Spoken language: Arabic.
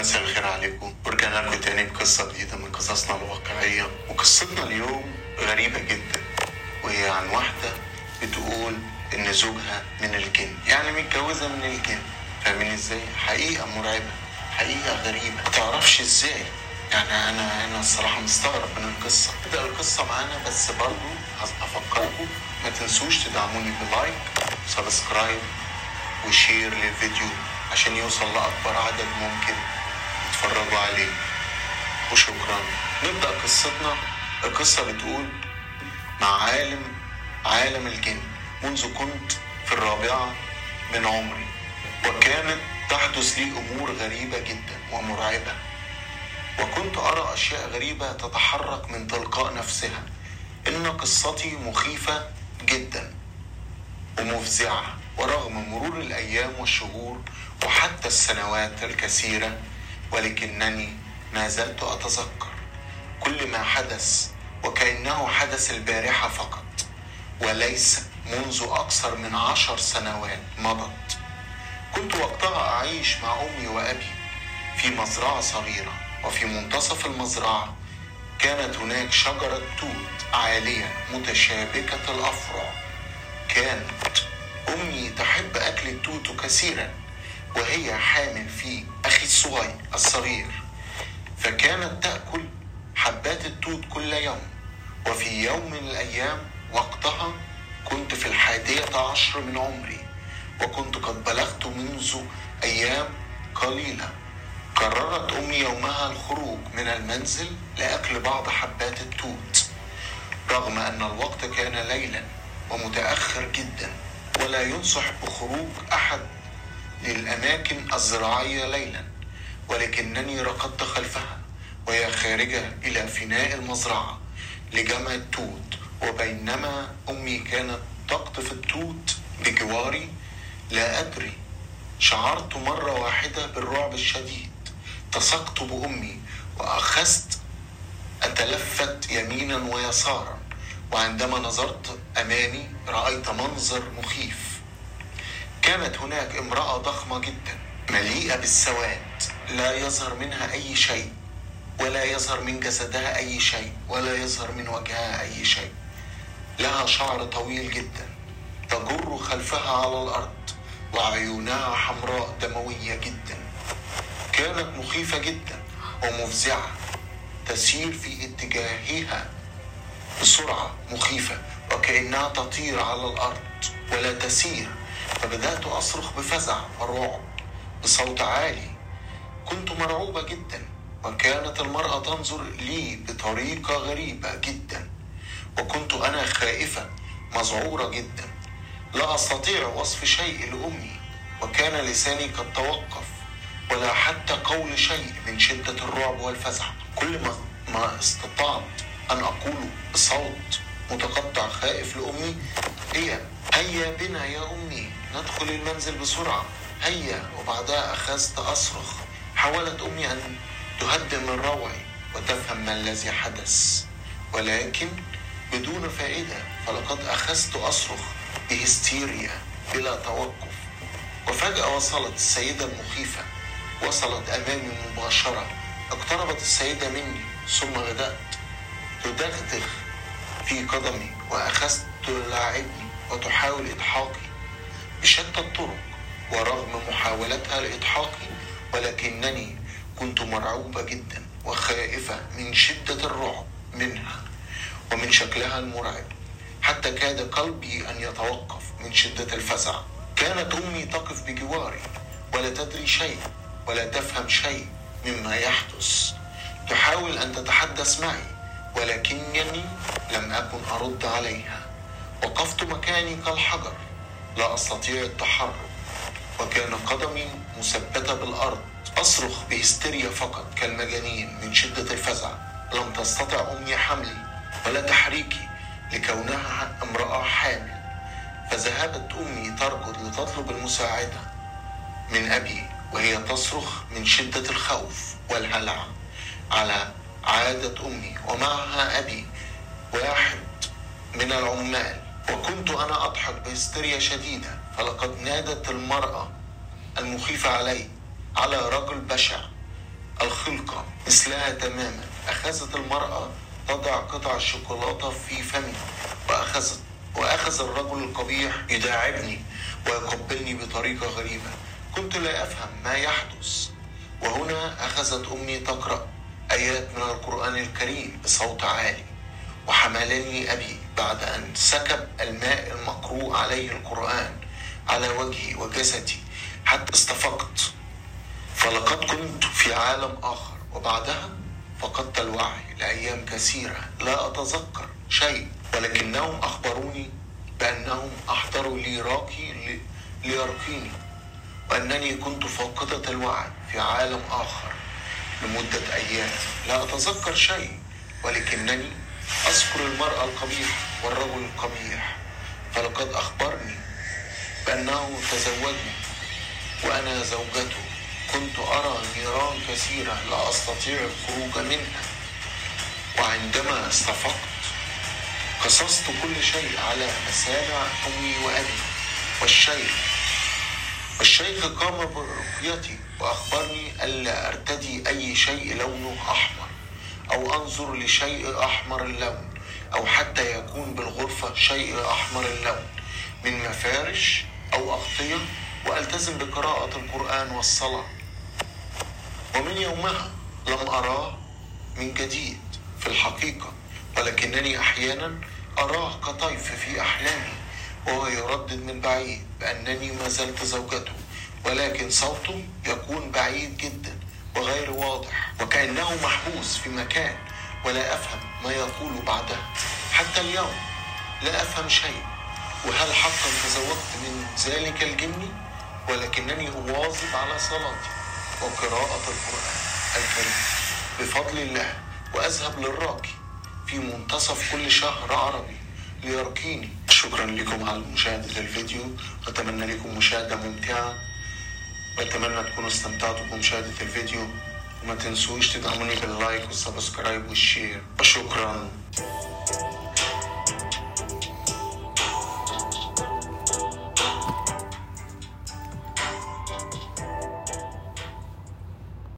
مساء الخير عليكم، ورجعنا لكم تاني بقصة جديدة من قصصنا الواقعية. وقصتنا اليوم غريبة جدا، وهي عن واحدة بتقول إن زوجها من الجن، يعني متجوزة من الجن. فاهمين ازاي؟ حقيقة مرعبة، حقيقة غريبة، متعرفش ازاي. يعني أنا الصراحة مستغرب من القصة. تبدأ القصة معانا، بس برضو أفكركم ما تنسوش تدعموني بلايك سبسكرايب وشير للفيديو عشان يوصل لأكبر عدد ممكن يتفرجوا عليه، وشكرا. نبدأ قصتنا. القصة بتقول: مع عالم الجن. منذ كنت في 4 من عمري، وكانت تحدث لي أمور غريبة جدا ومرعبة، وكنت أرى أشياء غريبة تتحرك من تلقاء نفسها. إن قصتي مخيفة جدا ومفزعة، ورغم مرور الأيام والشهور وحتى السنوات الكثيرة، ولكنني ما زلت أتذكر كل ما حدث وكأنه حدث البارحة فقط، وليس منذ أكثر من 10 سنوات مضت. كنت وقتها أعيش مع أمي وأبي في مزرعة صغيرة، وفي منتصف المزرعة كانت هناك شجرة توت عالية متشابكة الأفرع. كانت أمي تحب أكل التوت كثيرا، وهي حامل في أخي الصغير، فكانت تأكل حبات التوت كل يوم. وفي يوم من الأيام وقتها كنت في 11 من عمري، وكنت قد بلغت منذ أيام قليلة. قررت أمي يومها الخروج من المنزل لأكل بعض حبات التوت، رغم أن الوقت كان ليلا ومتأخر جدا، ولا ينصح بخروج أحد للأماكن الزراعية ليلا. ولكنني ركضت خلفها وهي خارجة إلى فناء المزرعة لجمع التوت. وبينما أمي كانت تقطف التوت بجواري، لا أدري، شعرت مرة واحدة بالرعب الشديد. تصقت بأمي وأخذت أتلفت يمينا ويسارا، وعندما نظرت أمامي رأيت منظر مخيف. كانت هناك امرأة ضخمة جدا مليئة بالسواد، لا يظهر منها أي شيء، ولا يظهر من جسدها أي شيء، ولا يظهر من وجهها أي شيء. لها شعر طويل جدا تجر خلفها على الأرض، وعيونها حمراء دموية جدا. كانت مخيفة جدا ومفزعة، تسير في اتجاهها بسرعة مخيفة وكأنها تطير على الأرض ولا تسير. فبدأت أصرخ بفزع ورعب بصوت عالي. كنت مرعوبة جدا، وكانت المرأة تنظر لي بطريقة غريبة جدا، وكنت أنا خائفة مذعورة جدا، لا أستطيع وصف شيء لأمي، وكان لساني قد توقف، ولا حتى قول شيء من شدة الرعب والفزع. كل ما استطعت أن أقول بصوت متقطع خائف لأمي هي: هيا بنا يا أمي ندخل المنزل بسرعة، هيا. وبعدها أخذت أصرخ. حاولت أمي أن تهدئ من روعي وتفهم ما الذي حدث، ولكن بدون فائدة. فلقد أخذت أصرخ بهستيريا بلا توقف. وفجأة وصلت السيدة المخيفة، وصلت أمامي مباشرة. اقتربت السيدة مني، ثم بدأت تدغدغ في قدمي، وأخذت تلاعبني وتحاول إضحاكي بشتى الطرق. ورغم محاولتها لإضحاكي، ولكنني كنت مرعوبة جدا وخائفة من شدة الرعب منها ومن شكلها المرعب، حتى كاد قلبي أن يتوقف من شدة الفزع. كانت أمي تقف بجواري ولا تدري شيء ولا تفهم شيء مما يحدث. تحاول أن تتحدث معي، ولكنني لم أكن أرد عليها. وقفت مكاني كالحجر، لا أستطيع التحرك، وكان قدمي مثبتة بالأرض. أصرخ بهستيريا فقط كالمجانين من شدة الفزع. لم تستطع أمي حملي ولا تحريكي لكونها امرأة حامل. فذهبت أمي تركض لتطلب المساعدة من أبي، وهي تصرخ من شدة الخوف والهلع على عادة أمي. ومعها أبي واحد من العمال. وكنت أنا أضحك بهستيريا شديدة. فلقد نادت المرأة المخيفة علي على رجل بشع خلقة مثلها تماما. أخذت المرأة تضع قطع الشوكولاتة في فمي، وأخذ الرجل القبيح يداعبني ويقبلني بطريقة غريبة. كنت لا أفهم ما يحدث. وهنا أخذت أمي تقرأ آيات من القرآن الكريم بصوت عالي، وحملني أبي بعد أن سكب الماء المقروء عليه القرآن على وجهي وجسدي حتى استفقت، فلقد كنت في عالم آخر. وبعدها فقدت الوعي لأيام كثيرة لا أتذكر شيء، ولكنهم أخبروني بأنهم أحضروا لي راقي ليرقيني، وأنني كنت فاقدة الوعي في عالم آخر لمدة أيام لا أتذكر شيء، ولكنني أذكر المرأة القبيحة والرجل القبيح. فلقد أخبرني بأنه تزوجني وأنا زوجته. كنت أرى نيران كثيرة لا أستطيع الخروج منها، وعندما استفقت قصصت كل شيء على مسامع أمي وأبي والشيخ قام برقيتي وأخبرني ألا أرتدي أي شيء لونه أحمر، أو أنظر لشيء أحمر اللون، أو حتى يكون بالغرفة شيء أحمر اللون من مفارش أو أغطية، وألتزم بقراءة القرآن والصلاة. ومن يومها لم أراه من جديد في الحقيقة، ولكنني أحيانا أراه كطيف في أحلامي، وهو يردد من بعيد بأنني ما زلت زوجته، ولكن صوته يكون بعيد جدا وغير واضح، وكأنه محبوس في مكان ولا أفهم ما يقول بعدها. حتى اليوم لا أفهم شيء. وهل حقا تزوجت من ذلك الجن؟ ولكنني أواظب على صلاتي وقراءة القرآن الكريم بفضل الله، وأذهب للراقي في منتصف كل شهر عربي ليرقيني. شكرا لكم على مشاهدة الفيديو، وأتمنى لكم مشاهدة ممتعة، وأتمنى تكونوا استمتعتوا بمشاهدة الفيديو. وما تنسوش تدعموني باللايك والسبسكرايب والشير، وشكرا.